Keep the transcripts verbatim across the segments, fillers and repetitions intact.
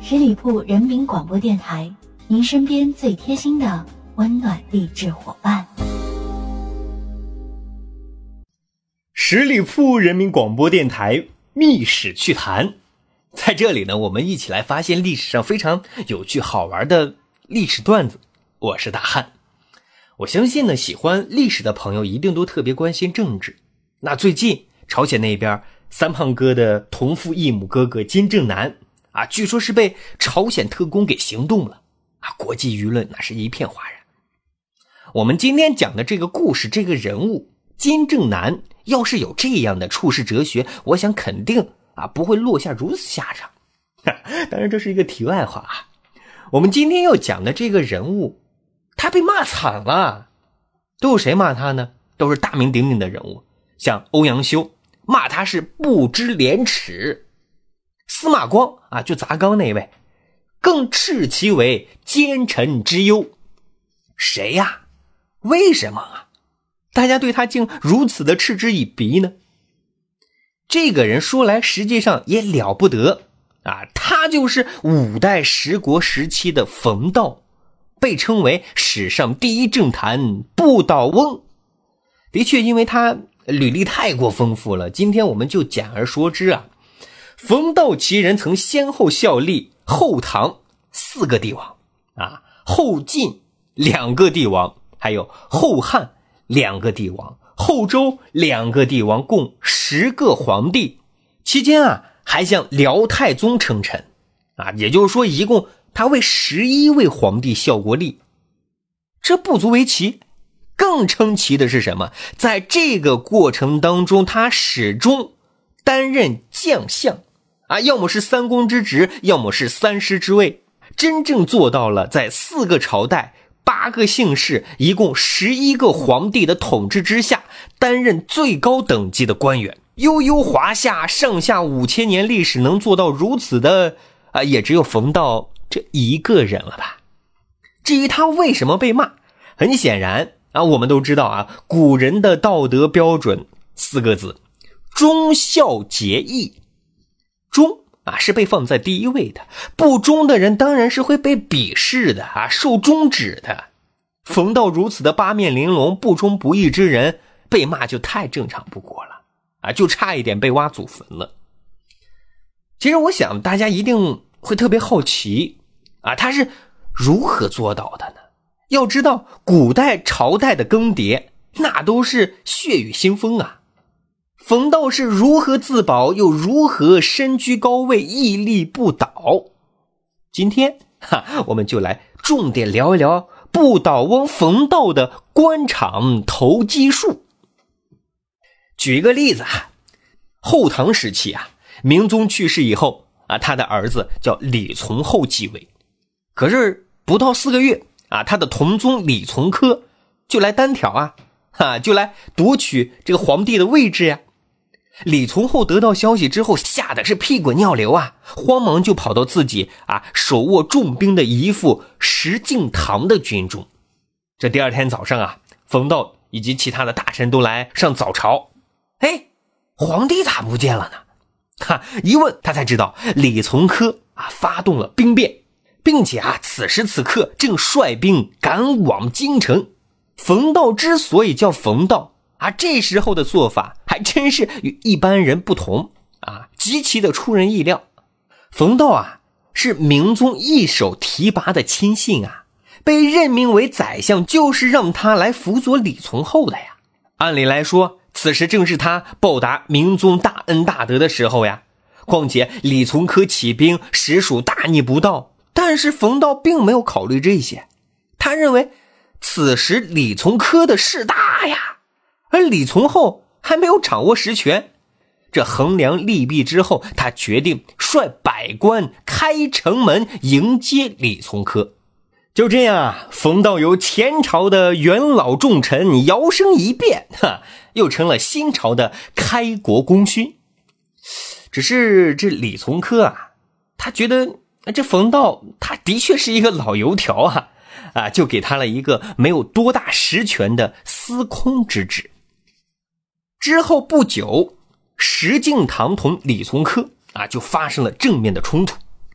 十里铺人民广播电台，您身边最贴心的温暖励志伙伴。 十里铺人民广播电台密史趣谈，在这里呢，我们一起来发现历史上非常有趣好玩的历史段子。我是大汉。我相信呢，喜欢历史的朋友一定都特别关心政治。那最近朝鲜那边三胖哥的同父异母哥哥金正男啊，据说是被朝鲜特工给行动了啊，国际舆论那是一片哗然。我们今天讲的这个故事，这个人物金正男要是有这样的处世哲学，我想肯定啊不会落下如此下场。当然这是一个题外话啊。我们今天要讲的这个人物，他被骂惨了。都有谁骂他呢？都是大名鼎鼎的人物，像欧阳修骂他是不知廉耻，司马光啊就砸缸那位更斥其为奸臣之忧。谁呀？为什么啊大家对他竟如此的嗤之以鼻呢？这个人说来实际上也了不得啊，他就是五代十国时期的冯道，被称为史上第一政坛不倒翁。的确，因为他履历太过丰富了，今天我们就简而说之啊。冯道其人曾先后效力后唐四个帝王啊，后晋两个帝王，还有后汉两个帝王，后周两个帝王，共十个皇帝。期间啊，还向辽太宗称臣啊，也就是说，一共他为十一位皇帝效过力。这不足为奇，更称奇的是什么？在这个过程当中，他始终担任将相啊，要么是三公之职，要么是三师之位，真正做到了在四个朝代八个姓氏一共十一个皇帝的统治之下担任最高等级的官员。悠悠华夏上下五千年历史能做到如此的啊，也只有冯道这一个人了吧。至于他为什么被骂，很显然啊，我们都知道啊，古人的道德标准四个字：忠孝节义。忠啊是被放在第一位的，不忠的人当然是会被鄙视的啊，受终止的。冯道如此的八面玲珑、不忠不义之人，被骂就太正常不过了啊，就差一点被挖祖坟了。其实我想大家一定会特别好奇啊，他是如何做到的呢？要知道古代朝代的更迭那都是血雨腥风啊，冯道是如何自保，又如何身居高位屹立不倒？今天哈，我们就来重点聊一聊不倒翁冯道的官场投机术。举一个例子啊，后唐时期啊，明宗去世以后啊，他的儿子叫李从厚继位。可是不到四个月啊，他的同宗李从珂就来单挑啊，啊，就来夺取这个皇帝的位置呀。李从厚得到消息之后，吓得是屁滚尿流啊，慌忙就跑到自己啊手握重兵的姨父石敬瑭的军中。这第二天早上啊，冯道以及其他的大臣都来上早朝。哎，皇帝咋不见了呢？哈，一问他才知道李从珂啊发动了兵变，并且啊此时此刻正率兵赶往京城。冯道之所以叫冯道啊，这时候的做法还真是与一般人不同啊，极其的出人意料。冯道啊是明宗一手提拔的亲信啊，被任命为宰相就是让他来辅佐李从厚的呀。按理来说，此时正是他报答明宗大恩大德的时候呀。况且李从珂起兵实属大逆不道，但是冯道并没有考虑这些，他认为此时李从珂的势大呀，而李从厚还没有掌握实权。这衡量利弊之后，他决定率百官开城门迎接李从珂。就这样啊，冯道由前朝的元老重臣摇身一变，哈，又成了新朝的开国功勋。只是这李从珂啊，他觉得这冯道他的确是一个老油条啊，啊，就给他了一个没有多大实权的司空之职。之后不久，石敬瑭同李从珂啊就发生了正面的冲突。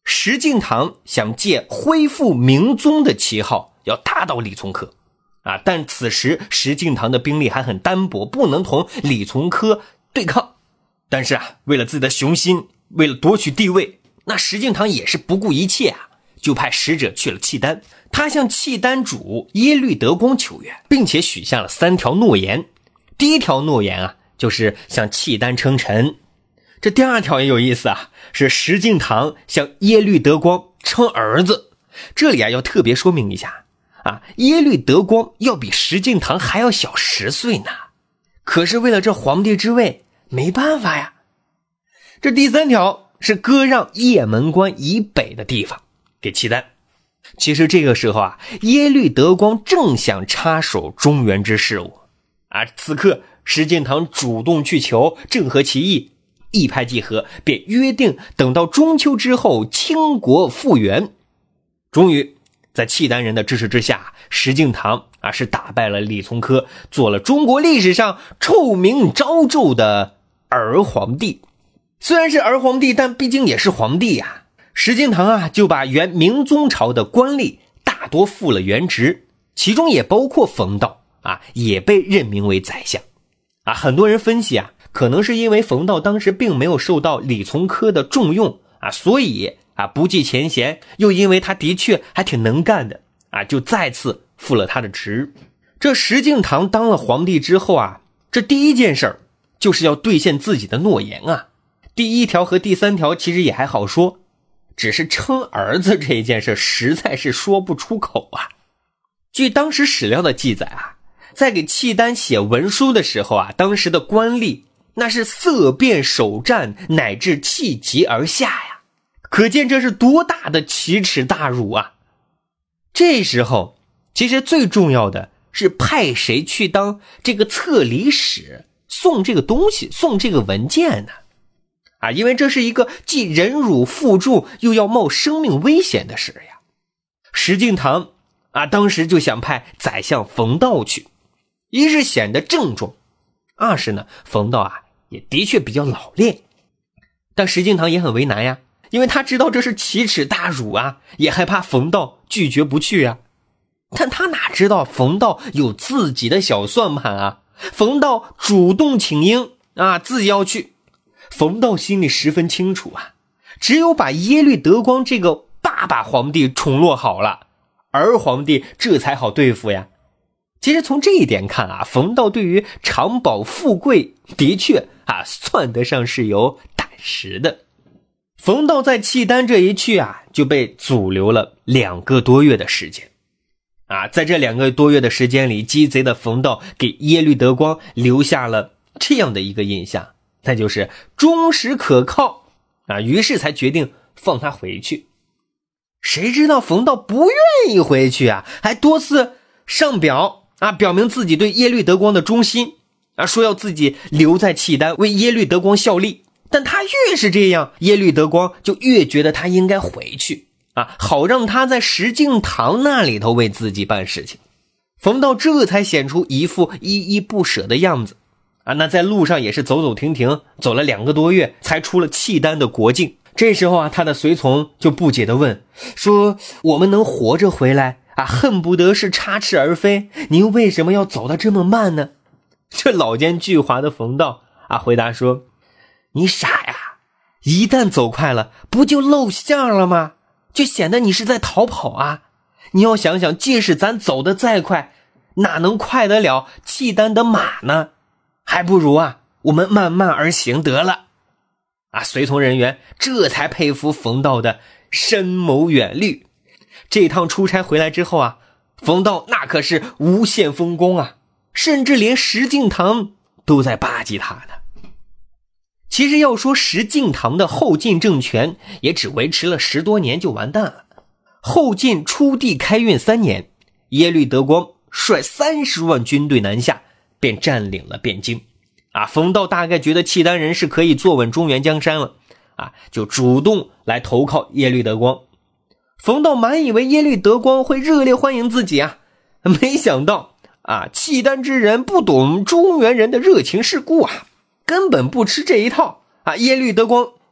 石敬瑭想借恢复明宗的旗号要打倒李从珂啊，但此时石敬瑭的兵力还很单薄，不能同李从珂对抗。但是啊，为了自己的雄心，为了夺取地位，那石敬瑭也是不顾一切啊，就派使者去了契丹。他向契丹主耶律德光求援，并且许下了三条诺言。第一条诺言啊，就是向契丹称臣。这第二条也有意思啊，是石敬瑭向耶律德光称儿子。这里啊要特别说明一下啊，耶律德光要比石敬瑭还要小十岁呢。可是为了这皇帝之位，没办法呀。这第三条是割让雁门关以北的地方给契丹。其实这个时候啊，耶律德光正想插手中原之事务啊，此刻石敬瑭主动去求，正合其意，一拍即合，便约定等到中秋之后倾国复原。终于在契丹人的支持之下，石敬瑭啊是打败了李从珂，做了中国历史上臭名昭著的儿皇帝。虽然是儿皇帝，但毕竟也是皇帝呀、啊。石敬瑭啊就把原明宗朝的官吏大多复了原职，其中也包括冯道啊，也被任命为宰相啊。很多人分析啊，可能是因为冯道当时并没有受到李从珂的重用啊，所以啊不计前嫌，又因为他的确还挺能干的啊，就再次复了他的职。这石敬瑭当了皇帝之后啊，这第一件事就是要兑现自己的诺言啊。第一条和第三条其实也还好说，只是称儿子这一件事实在是说不出口啊。据当时史料的记载啊，在给契丹写文书的时候啊，当时的官吏那是色变首战，乃至气急而下呀，可见这是多大的奇耻大辱啊。这时候其实最重要的是派谁去当这个册礼使，送这个东西，送这个文件呢？啊，因为这是一个既忍辱负重又要冒生命危险的事呀。石敬瑭啊，当时就想派宰相冯道去，一是显得郑重，二是呢，冯道啊也的确比较老练。但石敬瑭也很为难呀，因为他知道这是奇耻大辱啊，也害怕冯道拒绝不去啊。但他哪知道冯道有自己的小算盘啊，冯道主动请缨啊，自己要去。冯道心里十分清楚啊，只有把耶律德光这个爸爸皇帝宠落好了，儿皇帝这才好对付呀。其实从这一点看啊，冯道对于长保富贵的确啊算得上是有胆识的。冯道在契丹这一去啊，就被阻留了两个多月的时间啊，在这两个多月的时间里，鸡贼的冯道给耶律德光留下了这样的一个印象，那就是忠实可靠啊，于是才决定放他回去。谁知道冯道不愿意回去啊，还多次上表啊，表明自己对耶律德光的忠心啊，说要自己留在契丹为耶律德光效力。但他越是这样，耶律德光就越觉得他应该回去啊，好让他在石敬瑭那里头为自己办事情。冯道这才显出一副依依不舍的样子啊，那在路上也是走走停停，走了两个多月才出了契丹的国境。这时候啊，他的随从就不解地问说，我们能活着回来啊，恨不得是插翅而飞，您为什么要走得这么慢呢？这老奸巨猾的冯道啊回答说，你傻呀，一旦走快了不就露馅了吗？就显得你是在逃跑啊。你要想想，即使咱走得再快，哪能快得了契丹的马呢？还不如啊我们慢慢而行得了啊。随从人员这才佩服冯道的深谋远虑。这趟出差回来之后啊，冯道那可是无限丰功啊，甚至连石敬瑭都在巴结他呢。其实要说石敬瑭的后晋政权也只维持了十多年就完蛋了。后晋初帝开运三年，耶律德光率三十万军队南下，便占领了汴京啊。冯道大概觉得契丹人是可以坐稳中原江山了啊，就主动来投靠耶律德光。冯道满以为耶律德光会热烈欢迎自己啊，没想到啊，契丹之人不懂中原人的热情世故啊，根本不吃这一套啊。耶律德光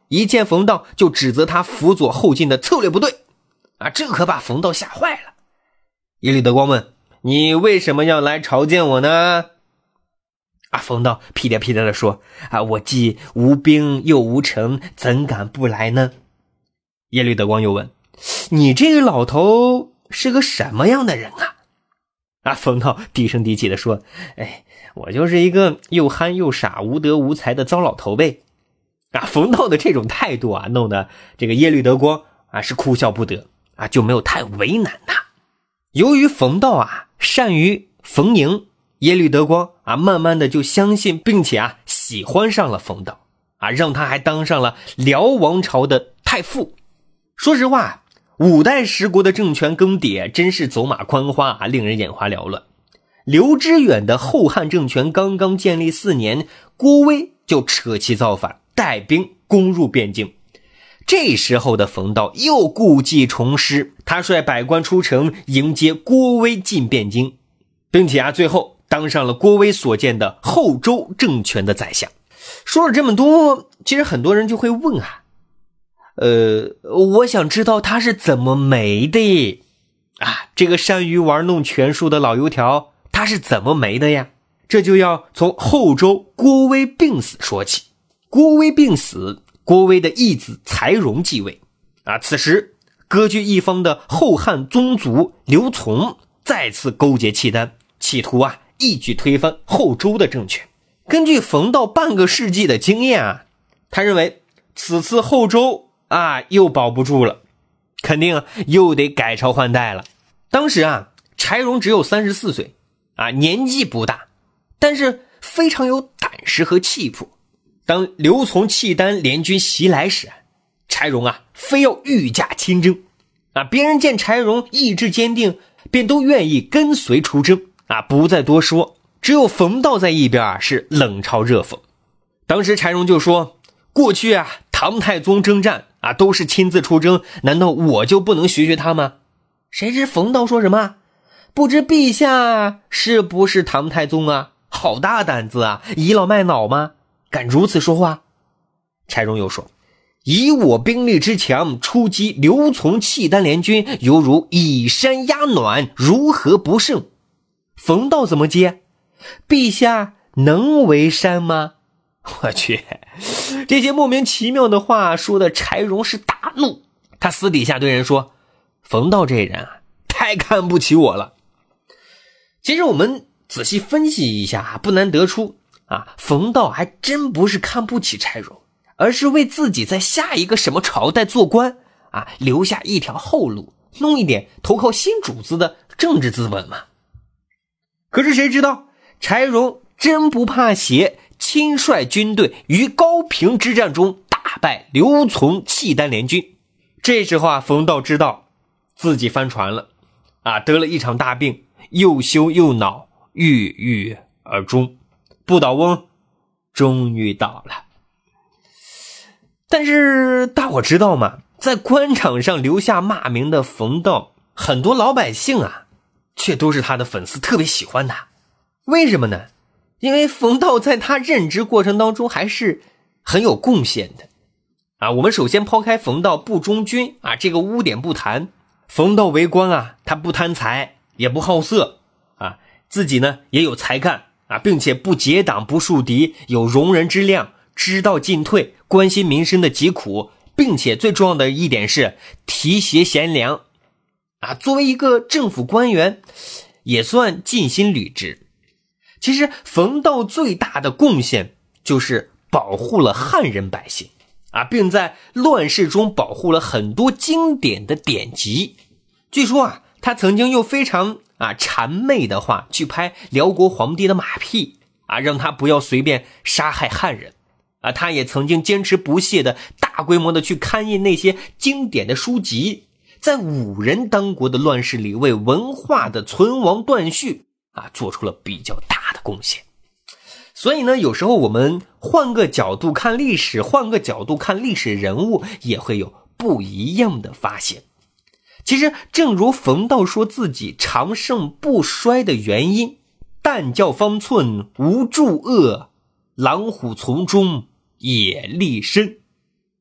一见冯道就指责他辅佐后晋的策略不对啊，这可把冯道吓坏了。耶律德光问：你为什么要来朝见我呢？啊，冯道屁颠屁颠地说：啊，我既无兵又无城，怎敢不来呢？耶律德光又问：你这个老头是个什么样的人啊？啊，冯道低声低气地说：哎，我就是一个又憨又傻无德无才的糟老头呗。啊，冯道的这种态度啊，弄得这个耶律德光啊是哭笑不得啊，就没有太为难他。由于冯道啊善于逢迎，耶律德光啊慢慢的就相信并且啊喜欢上了冯道啊，让他还当上了辽王朝的太傅。说实话，五代十国的政权更迭真是走马观花啊，令人眼花缭乱。刘知远的后汉政权刚刚建立四年，郭威就扯旗造反，带兵攻入汴京。这时候的冯道又故技重施，他率百官出城迎接郭威进汴京，并且啊最后当上了郭威所建的后周政权的宰相。说了这么多，其实很多人就会问啊，呃，我想知道他是怎么没的啊？这个善于玩弄权术的老油条，他是怎么没的呀？这就要从后周郭威病死说起。郭威病死，郭威的义子柴荣继位啊。此时割据一方的后汉宗族刘琮再次勾结契丹，企图啊一举推翻后周的政权。根据冯道半个世纪的经验啊，他认为此次后周啊又保不住了，肯定啊又得改朝换代了。当时啊柴荣只有三十四岁啊，年纪不大，但是非常有胆识和气魄。当刘琮契丹联军袭来时，柴荣啊非要御驾亲征啊，别人见柴荣意志坚定，便都愿意跟随出征啊，不再多说。只有冯道在一边啊是冷嘲热讽。当时柴荣就说，过去啊唐太宗征战啊都是亲自出征，难道我就不能学学他吗？谁知冯道说什么，不知陛下是不是唐太宗啊？好大胆子啊，倚老卖脑吗？敢如此说话？柴荣又说，以我兵力之强，出击刘琮契丹联军，犹如以山压暖，如何不胜？冯道怎么接？陛下能为山吗？我去，这些莫名其妙的话说的柴荣是大怒。他私底下对人说，冯道这人啊太看不起我了。其实我们仔细分析一下，不难得出啊，冯道还真不是看不起柴荣，而是为自己在下一个什么朝代做官啊留下一条后路，弄一点投靠新主子的政治资本嘛。可是谁知道柴荣真不怕邪，亲率军队于高平之战中大败刘琮契丹联军。这时候啊，冯道知道自己翻船了啊，得了一场大病，又羞又恼，郁郁而终。不倒翁终于倒了。但是大伙知道吗，在官场上留下骂名的冯道，很多老百姓啊却都是他的粉丝，特别喜欢他。为什么呢？因为冯道在他任职过程当中还是很有贡献的啊。我们首先抛开冯道不忠君啊这个污点不谈，冯道为官啊，他不贪财也不好色啊，自己呢也有才干啊，并且不结党不树敌，有容人之量，知道进退，关心民生的疾苦，并且最重要的一点是提携贤良啊。作为一个政府官员，也算尽心履职。其实冯道最大的贡献就是保护了汉人百姓啊，并在乱世中保护了很多经典的典籍。据说啊，他曾经用非常啊谄媚的话去拍辽国皇帝的马屁啊，让他不要随便杀害汉人啊。他也曾经坚持不懈的大规模的去刊印那些经典的书籍，在五人当国的乱世里，为文化的存亡断续啊做出了比较大的贡献。所以呢，有时候我们换个角度看历史，换个角度看历史人物，也会有不一样的发现。其实正如冯道说自己长盛不衰的原因，但教方寸无助恶，狼虎从中也立身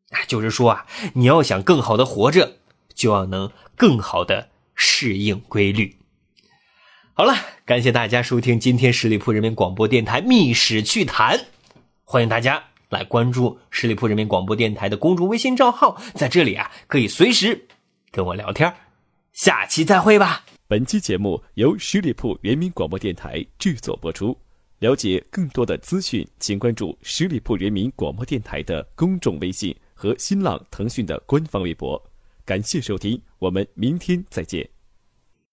就是说啊，你要想更好的活着，就要能更好的适应规律。好了，感谢大家收听今天十里铺人民广播电台密史趣谈，欢迎大家来关注十里铺人民广播电台的公众微信账号，在这里啊可以随时跟我聊天。下期再会吧。 本期节目由十里铺人民广播电台制作播出。了解更多的资讯，请关注十里铺人民广播电台的公众微信和新浪、腾讯的官方微博。感谢收听，我们明天再见。